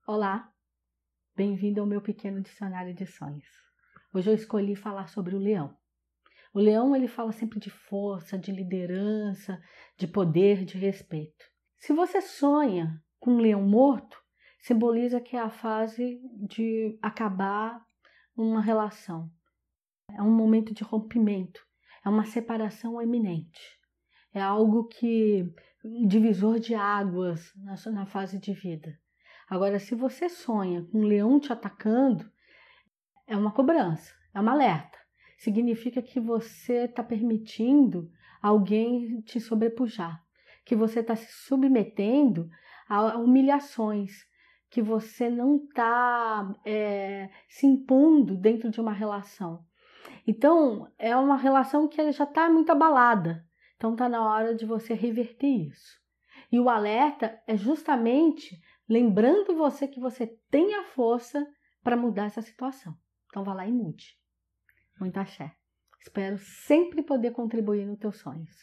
Olá, bem-vindo ao meu pequeno dicionário de sonhos. Hoje eu escolhi falar sobre o leão. O leão ele fala sempre de força, de liderança, de poder, de respeito. Se você sonha com um leão morto, simboliza que é a fase de acabar uma relação. É um momento de rompimento, é uma separação iminente. É algo que um divisor de águas na fase de vida. Agora, se você sonha com um leão te atacando, é uma cobrança, é um alerta. Significa que você está permitindo alguém te sobrepujar, que você está se submetendo a humilhações, que você não está se impondo dentro de uma relação. Então, é uma relação que já está muito abalada. Então, está na hora de você reverter isso. E o alerta é justamente lembrando você que você tem a força para mudar essa situação. Então, vá lá e mude. Muita axé. Espero sempre poder contribuir nos teus sonhos.